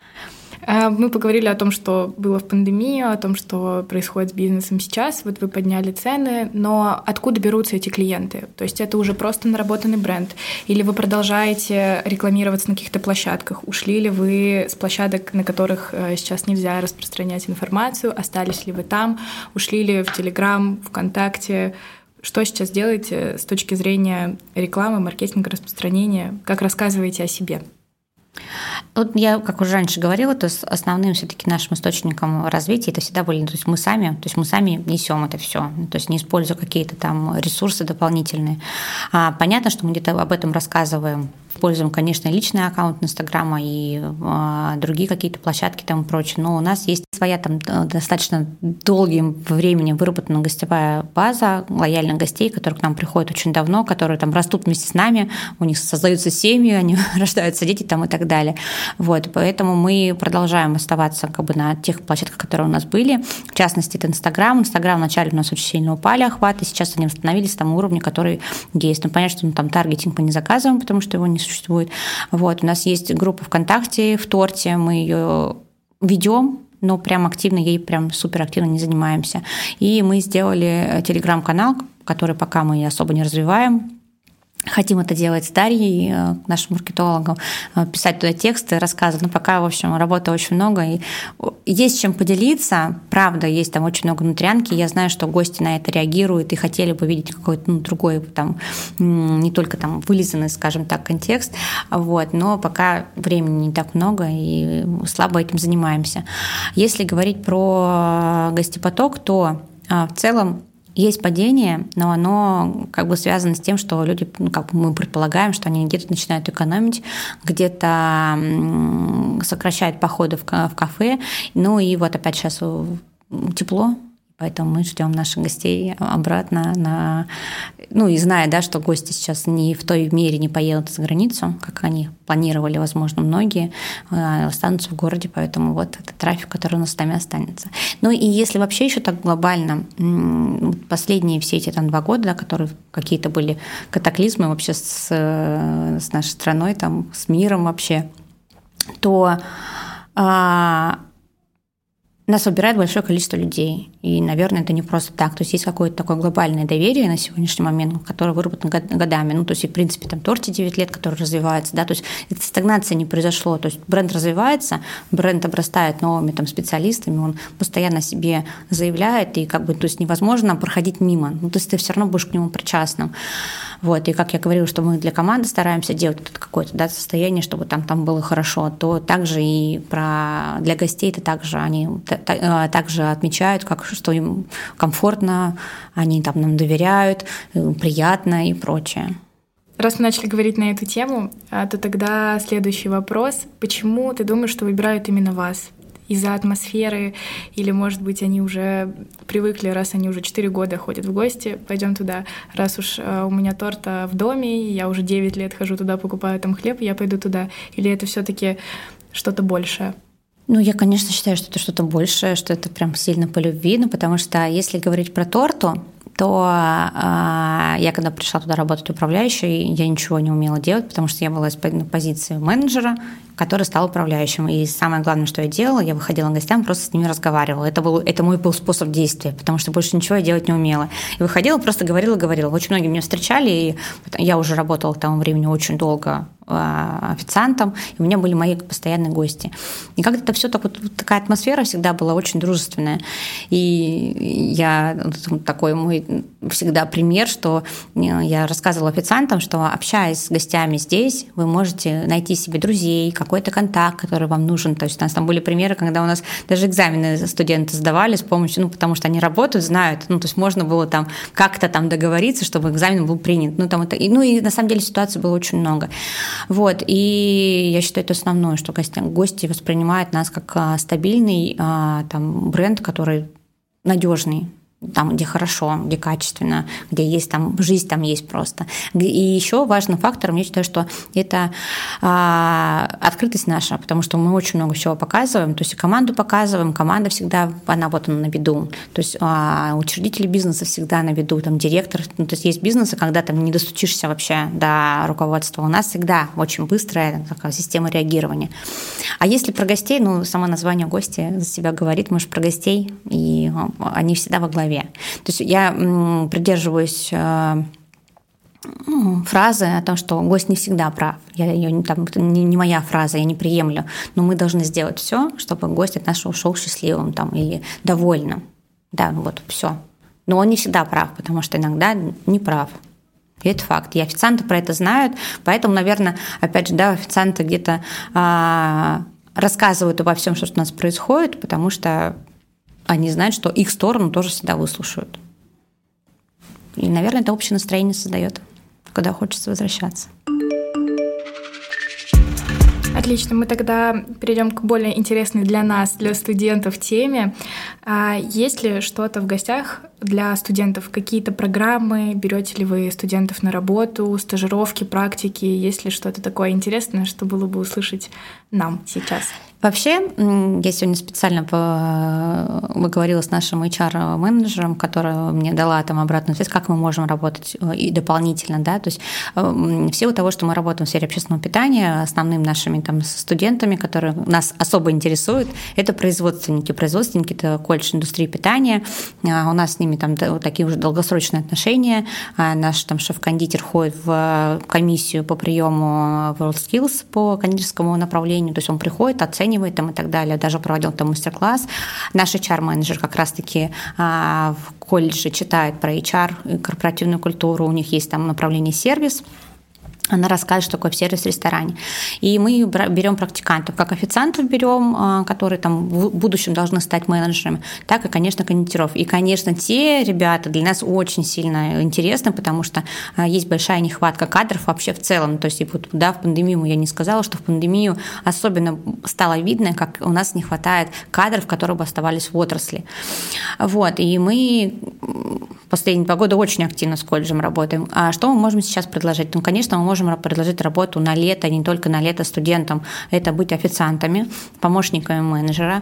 Мы поговорили о том, что было в пандемию, о том, что происходит с бизнесом сейчас. Вот вы подняли цены, но откуда берутся эти клиенты? То есть это уже просто наработанный бренд? Или вы продолжаете рекламироваться на каких-то площадках? Ушли ли вы с площадок, на которых сейчас нельзя распространять информацию? Остались ли вы там? Ушли ли в Телеграм, ВКонтакте? Что сейчас делаете с точки зрения рекламы, маркетинга, распространения? Как рассказываете о себе? Вот я, как уже раньше говорила, то есть основным все-таки нашим источником развития это всегда были, то есть мы сами, то есть мы сами несем это все, то есть не используя какие-то там ресурсы дополнительные. А понятно, что мы где-то об этом рассказываем, используем, конечно, личный аккаунт Инстаграма и а, другие какие-то площадки там и прочее, но у нас есть своя там достаточно долгим временем выработана гостевая база лояльных гостей, которые к нам приходят очень давно, которые там растут вместе с нами, у них создаются семьи, они рождаются дети там и так далее. Вот, поэтому мы продолжаем оставаться как бы на тех площадках, которые у нас были. В частности, это Инстаграм. Инстаграм вначале у нас очень сильно упали охваты, сейчас они восстановились на том уровне, который есть. Ну, понятно, что ну, там таргетинг мы не заказываем, потому что его не существует. Вот, у нас есть группа ВКонтакте в торте, мы ее ведем, но прям активно ей прям суперактивно не занимаемся. И мы сделали телеграм-канал, который пока мы особо не развиваем. Хотим это делать с Дарьей, нашим маркетологом, писать туда тексты, рассказывать. Но пока, в общем, работы очень много. И есть чем поделиться. Правда, есть там очень много внутрянки. Я знаю, что гости на это реагируют и хотели бы видеть какой-то ну, другой, там, не только там вылизанный, скажем так, контекст. Вот. Но пока времени не так много и слабо этим занимаемся. Если говорить про гостепоток, то в целом есть падение, но оно как бы связано с тем, что люди, ну, как бы мы предполагаем, что они где-то начинают экономить, где-то сокращают походы в кафе. Ну и вот опять сейчас тепло, поэтому мы ждем наших гостей обратно на... Ну и зная, да, что гости сейчас не в той мере не поедут за границу, как они планировали, возможно, многие, останутся в городе, поэтому вот этот трафик, который у нас с нами останется. Ну и если вообще еще так глобально, последние все эти там два года, да, которые какие-то были катаклизмы вообще с, с нашей страной, там, с миром вообще, то... А, нас выбирает большое количество людей. И, наверное, это не просто так. То есть есть какое-то такое глобальное доверие на сегодняшний момент, которое выработано годами. Ну, то есть, и, в принципе, там торте девять лет, который развивается. Да? То есть эта стагнация не произошло. То есть бренд развивается, бренд обрастает новыми там, специалистами, он постоянно себе заявляет, и как бы, то есть невозможно проходить мимо. Ну, то есть ты все равно будешь к нему причастным. Вот. И как я говорила, что мы для команды стараемся делать это какое-то да, состояние, чтобы там, там было хорошо, то также и про... для гостей это также они также отмечают, как, что им комфортно, они там нам доверяют, приятно и прочее. Раз мы начали говорить на эту тему, то тогда следующий вопрос. Почему ты думаешь, что выбирают именно вас? Из-за атмосферы? Или, может быть, они уже привыкли, раз они уже четыре года ходят в гости, пойдем туда. Раз уж у меня торт в доме, я уже девять лет хожу туда, покупаю там хлеб, я пойду туда. Или это все-таки что-то большее? Ну, я, конечно, считаю, что это что-то большее, что это прям сильно по любви, ну, потому что если говорить про торту, то э, я когда пришла туда работать управляющей, я ничего не умела делать, потому что я была на позиции менеджера, который стал управляющим. И самое главное, что я делала, я выходила к гостям, просто с ними разговаривала. Это был, это мой был способ действия, потому что больше ничего я делать не умела. И выходила, просто говорила, говорила. Очень многие меня встречали, и я уже работала к тому времени очень долго официантом, и у меня были мои постоянные гости. И как-то это все так, вот, такая атмосфера всегда была очень дружественная. И я такой мой всегда пример, что я рассказывала официантам, что общаясь с гостями здесь, вы можете найти себе друзей, какой-то контакт, который вам нужен. То есть у нас там были примеры, когда у нас даже экзамены студенты сдавали с помощью, ну, потому что они работают, знают, ну, то есть можно было там как-то там договориться, чтобы экзамен был принят. Ну, там это, и, ну, и на самом деле ситуаций было очень много. Вот, и я считаю, это основное, что гости, гости воспринимают нас как стабильный там, бренд, который надежный, там, где хорошо, где качественно, где есть там жизнь, там есть просто. И еще важным фактором, я считаю, что это а, открытость наша, потому что мы очень много всего показываем, то есть и команду показываем, команда всегда, она вот она на виду, то есть а, учредители бизнеса всегда на виду, там директор, ну, то есть есть бизнесы, когда там не достучишься вообще до руководства, у нас всегда очень быстрая такая система реагирования. А если про гостей, ну, само название гости за себя говорит, может, про гостей, и они всегда во главе. То есть я придерживаюсь фразы о том, что гость не всегда прав. Я ее, там, это не моя фраза, я не приемлю. Но мы должны сделать все, чтобы гость от нас ушел счастливым там, или довольным. Да, вот все. Но он не всегда прав, потому что иногда не прав. И это факт. И официанты про это знают. Поэтому, наверное, опять же, да, официанты где-то а, рассказывают обо всем, что у нас происходит, потому что они знают, что их сторону тоже всегда выслушают. И, наверное, это общее настроение создает, когда хочется возвращаться. Отлично, мы тогда перейдем к более интересной для нас, для студентов теме. Есть ли что-то в гостях для студентов? Какие-то программы? Берете ли вы студентов на работу, стажировки, практики? Есть ли что-то такое интересное, что было бы услышать нам сейчас? Вообще, я сегодня специально поговорила с нашим эйч ар-менеджером, которая мне дала там обратную связь, как мы можем работать и дополнительно, да, то есть в силу того, что мы работаем в сфере общественного питания, основными нашими там студентами, которые нас особо интересуют, это производственники. Производственники – это колледж индустрии питания, у нас с ними там такие уже долгосрочные отношения, наш там шеф-кондитер ходит в комиссию по приему WorldSkills по кондитерскому направлению, то есть он приходит, оценивает там и так далее, даже проводил там мастер-класс. Наш эйч ар-менеджер как раз-таки а, в колледже читает про эйч ар, корпоративную культуру, у них есть там направление сервис. Она расскажет, что такое сервис в ресторане. И мы берем практикантов, как официантов берем, которые там в будущем должны стать менеджерами, так и, конечно, кондитеров. И, конечно, те ребята для нас очень сильно интересны, потому что есть большая нехватка кадров вообще в целом. То есть, и вот, да, в пандемию я не сказала, что в пандемию особенно стало видно, как у нас не хватает кадров, которые бы оставались в отрасли. Вот. И мы последние два года очень активно с колледжем работаем. А что мы можем сейчас предложить? Ну, конечно, мы можем предложить работу на лето, не только на лето студентам. Это быть официантами, помощниками менеджера.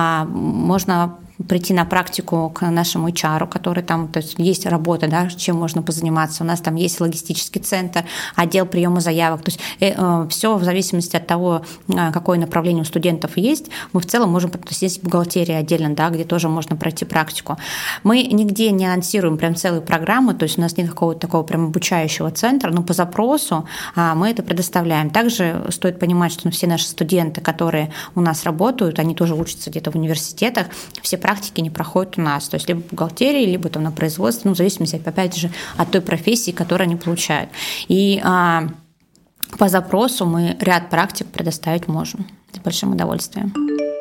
Можно прийти на практику к нашему эйч ар, который там, то есть есть работа, да, чем можно позаниматься. У нас там есть логистический центр, отдел приема заявок. То есть э, все в зависимости от того, какое направление у студентов есть, мы в целом можем, то есть есть бухгалтерия отдельно, да, где тоже можно пройти практику. Мы нигде не анонсируем прям целые программы, то есть у нас нет какого-то такого прям обучающего центра, но по запросу а, мы это предоставляем. Также стоит понимать, что все наши студенты, которые у нас работают, они тоже учатся где-то в университетах, все практики не проходят у нас, то есть либо в бухгалтерии, либо там на производстве, ну, в зависимости, опять же, от той профессии, которую они получают. И а, по запросу мы ряд практик предоставить можем с большим удовольствием.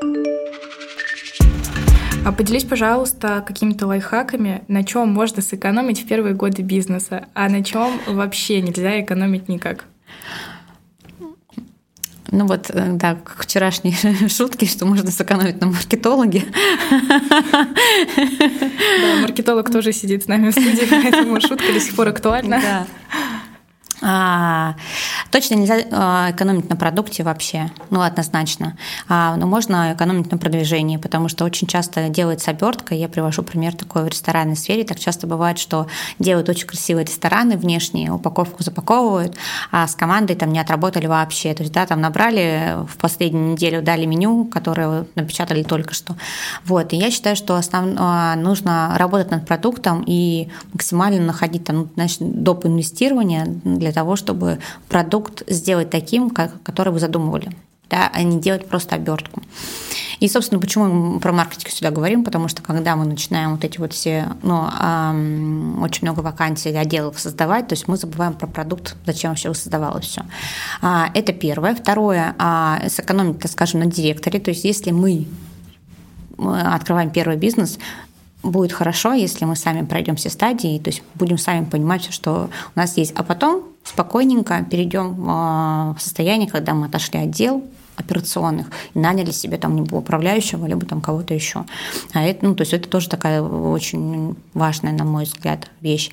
А поделись, пожалуйста, какими-то лайфхаками, на чем можно сэкономить в первые годы бизнеса, а на чем вообще нельзя экономить никак. Ну вот, да, как вчерашние шутки, что можно сэкономить на маркетологе. Да, маркетолог тоже сидит с нами в студии, поэтому шутка до сих пор актуальна. Да. А, Точно нельзя экономить на продукте вообще, ну, однозначно. А, но можно экономить на продвижении, потому что очень часто делается обертка. Я привожу пример такой в ресторанной сфере. Так часто бывает, что делают очень красивые рестораны внешние, упаковку запаковывают, а с командой там не отработали вообще. То есть, да, там набрали в последнюю неделю, дали меню, которое напечатали только что. Вот. И я считаю, что основ... нужно работать над продуктом и максимально находить там, значит, доп. Инвестирования для того, чтобы продукт сделать таким, который вы задумывали, да, а не делать просто обертку. И, собственно, почему мы про маркетинг сюда говорим, потому что когда мы начинаем вот эти вот все, ну, эм, очень много вакансий, отделов создавать, то есть мы забываем про продукт, зачем вообще создавалось все. А, это первое. Второе, а, сэкономить, так скажем, на директоре, то есть если мы открываем первый бизнес, будет хорошо, если мы сами пройдем все стадии, то есть будем сами понимать, что у нас есть, а потом спокойненько перейдем в состояние, когда мы отошли отдел операционных и наняли себе там либо управляющего, либо там кого-то еще. А это, ну, то есть это тоже такая очень важная, на мой взгляд, вещь.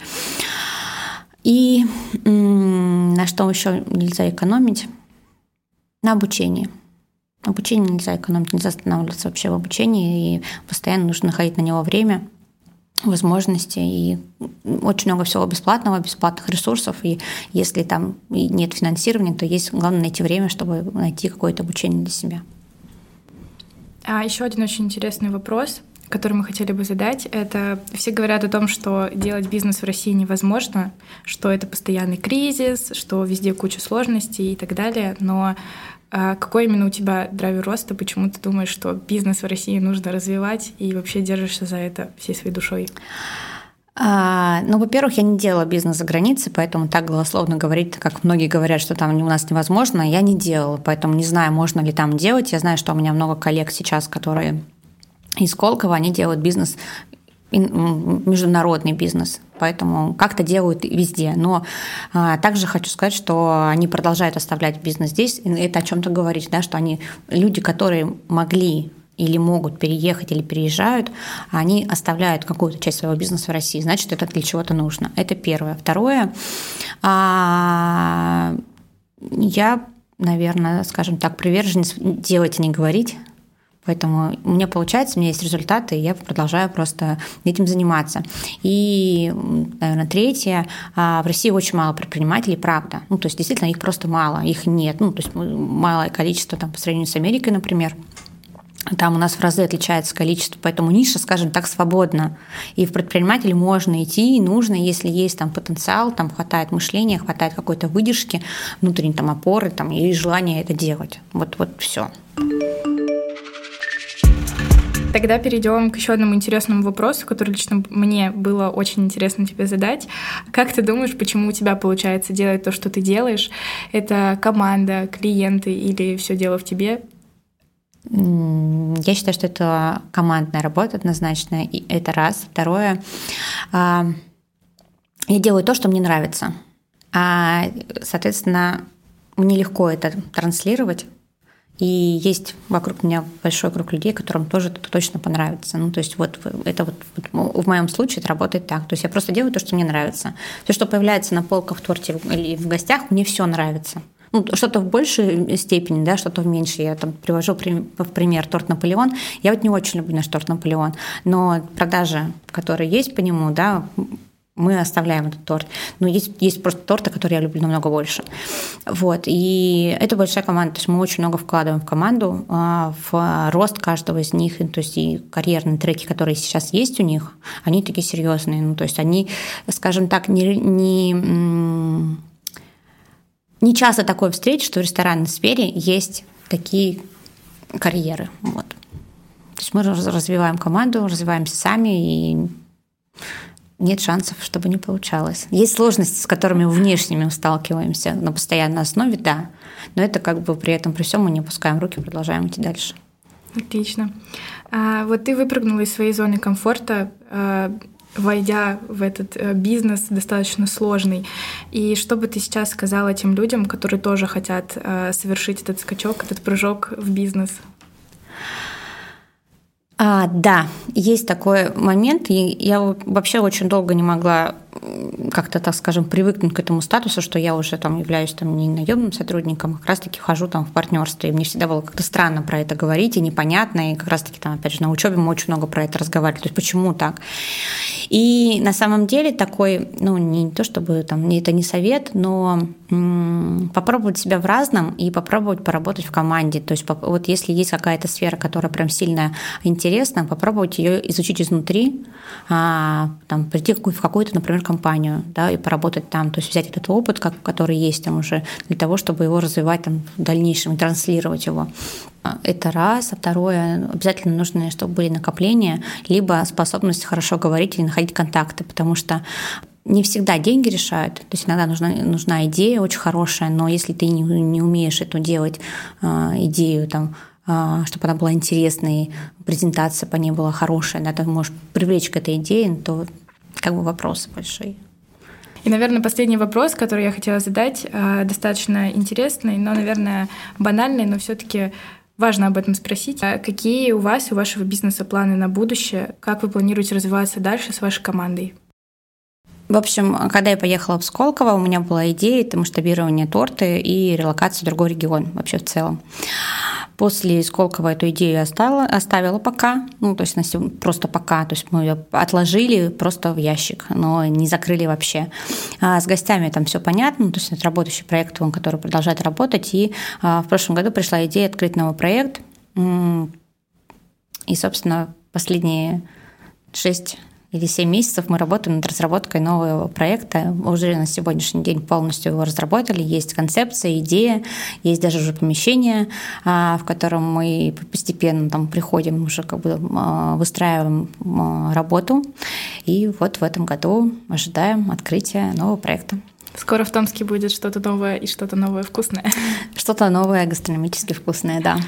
И на что еще нельзя экономить? На обучении. Обучение нельзя экономить, нельзя останавливаться вообще в обучении, и постоянно нужно находить на него время, возможности, и очень много всего бесплатного, бесплатных ресурсов, и если там нет финансирования, то есть главное найти время, чтобы найти какое-то обучение для себя. А еще один очень интересный вопрос, который мы хотели бы задать, это все говорят о том, что делать бизнес в России невозможно, что это постоянный кризис, что везде куча сложностей и так далее, но а какой именно у тебя драйвер роста? Почему ты думаешь, что бизнес в России нужно развивать и вообще держишься за это всей своей душой? А, ну, во-первых, я не делала бизнес за границей, поэтому так голословно говорить, как многие говорят, что там у нас невозможно, я не делала, поэтому не знаю, можно ли там делать. Я знаю, что у меня много коллег сейчас, которые из Сколково, они делают бизнес, международный бизнес, поэтому как-то делают везде. Но а, также хочу сказать, что они продолжают оставлять бизнес здесь, и это о чем-то говорит, да, что они, люди, которые могли или могут переехать или переезжают, они оставляют какую-то часть своего бизнеса в России, значит, это для чего-то нужно. Это первое. Второе, а, я, наверное, скажем так, приверженец делать, а не говорить. Поэтому у меня получается, у меня есть результаты, и я продолжаю просто этим заниматься. И, наверное, третье, в России очень мало предпринимателей, правда. Ну, то есть, действительно, их просто мало, их нет. Ну, то есть, малое количество там, по сравнению с Америкой, например. Там у нас в разы отличается количество, поэтому ниша, скажем так, свободна. И в предпринимателе можно идти, и нужно, если есть там потенциал, там хватает мышления, хватает какой-то выдержки, внутренней там опоры там, и желания это делать. Вот, вот все. Тогда перейдем к еще одному интересному вопросу, который лично мне было очень интересно тебе задать. Как ты думаешь, почему у тебя получается делать то, что ты делаешь? Это команда, клиенты или все дело в тебе? Я считаю, что это командная работа однозначно, и это раз. Второе, я делаю то, что мне нравится. А, соответственно, мне легко это транслировать. И есть вокруг меня большой круг людей, которым тоже это точно понравится. Ну, то есть вот это вот в моем случае это работает так. То есть я просто делаю то, что мне нравится. Все, что появляется на полках в торте или в гостях, мне все нравится. Ну, что-то в большей степени, да, что-то в меньшей. Я там привожу в пример торт «Наполеон». Я вот не очень люблю наш торт «Наполеон», но продажи, которые есть по нему, да, мы оставляем этот торт. Но есть, есть просто торты, которые я люблю намного больше. Вот. И это большая команда. То есть мы очень много вкладываем в команду, в рост каждого из них. То есть и карьерные треки, которые сейчас есть у них, они такие серьезные. Ну, то есть они, скажем так, не, не, не часто такое встреч, что в ресторанной сфере есть такие карьеры. Вот. То есть мы развиваем команду, развиваемся сами, и нет шансов, чтобы не получалось. Есть сложности, с которыми внешними мы сталкиваемся на постоянной основе, да. Но это как бы при этом, при всем мы не опускаем руки, продолжаем идти дальше. Отлично. А вот ты выпрыгнула из своей зоны комфорта, войдя в этот бизнес достаточно сложный. И что бы ты сейчас сказала тем людям, которые тоже хотят совершить этот скачок, этот прыжок в бизнес? А, да, есть такой момент, и я вообще очень долго не могла как-то, так скажем, привыкнуть к этому статусу, что я уже там являюсь там не наемным сотрудником, а как раз-таки вхожу там в партнерство. И мне всегда было как-то странно про это говорить и непонятно. И как раз-таки там, опять же, на учебе мы очень много про это разговаривали. То есть почему так? И на самом деле такой, ну, не то чтобы там, это не совет, но м- попробовать себя в разном и попробовать поработать в команде. То есть вот если есть какая-то сфера, которая прям сильно интересна, попробовать ее изучить изнутри, а, там, прийти в какую-то, например, компанию, да, и поработать там. То есть взять этот опыт, как, который есть там уже, для того, чтобы его развивать там, в дальнейшем и транслировать его. Это раз. А второе, обязательно нужно, чтобы были накопления, либо способность хорошо говорить или находить контакты, потому что не всегда деньги решают. То есть иногда нужна, нужна идея очень хорошая, но если ты не, не умеешь эту делать, идею, там, чтобы она была интересной, презентация по ней была хорошая, да, ты можешь привлечь к этой идее, то как бы вопросы большие. И, наверное, последний вопрос, который я хотела задать, достаточно интересный, но, наверное, банальный, но все-таки важно об этом спросить. Какие у вас, у вашего бизнеса планы на будущее? Как вы планируете развиваться дальше с вашей командой? В общем, когда я поехала в Сколково, у меня была идея это масштабирование торта и релокация в другой регион вообще в целом. После Сколково эту идею оставила, оставила пока, ну, то есть просто пока, то есть мы ее отложили просто в ящик, но не закрыли вообще. А с гостями там все понятно, то есть это работающий проект, он, который продолжает работать, и а, в прошлом году пришла идея открыть новый проект, и, собственно, последние шесть или семь месяцев мы работаем над разработкой нового проекта. Уже на сегодняшний день полностью его разработали. Есть концепция, идея, есть даже уже помещение, в котором мы постепенно там приходим, уже как бы выстраиваем работу. И вот в этом году ожидаем открытия нового проекта. Скоро в Томске будет что-то новое и что-то новое вкусное. Что-то новое гастрономически вкусное, да.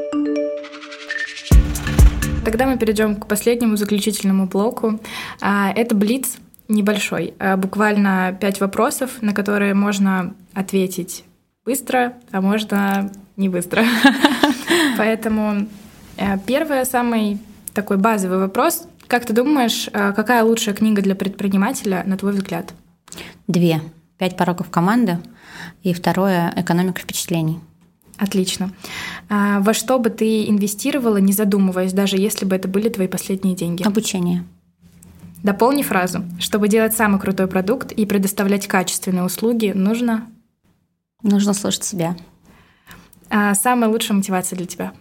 Тогда мы перейдем к последнему заключительному блоку. Это блиц небольшой, буквально пять вопросов, на которые можно ответить быстро, а можно не быстро. Поэтому первый, самый такой базовый вопрос. Как ты думаешь, какая лучшая книга для предпринимателя, на твой взгляд? Две. «Пять пороков команды» и второе «Экономика впечатлений». Отлично. Во что бы ты инвестировала, не задумываясь, даже если бы это были твои последние деньги? Обучение. Дополни фразу. Чтобы делать самый крутой продукт и предоставлять качественные услуги, нужно? Нужно слушать себя. Самая лучшая мотивация для тебя?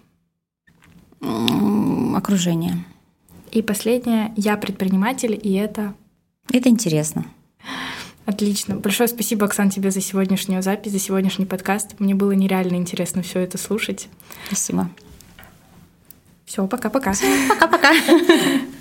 Окружение. И последнее. Я предприниматель, и это? Это интересно. Отлично. Большое спасибо, Оксан, тебе за сегодняшнюю запись, за сегодняшний подкаст. Мне было нереально интересно все это слушать. Спасибо. Все, пока-пока. Пока-пока.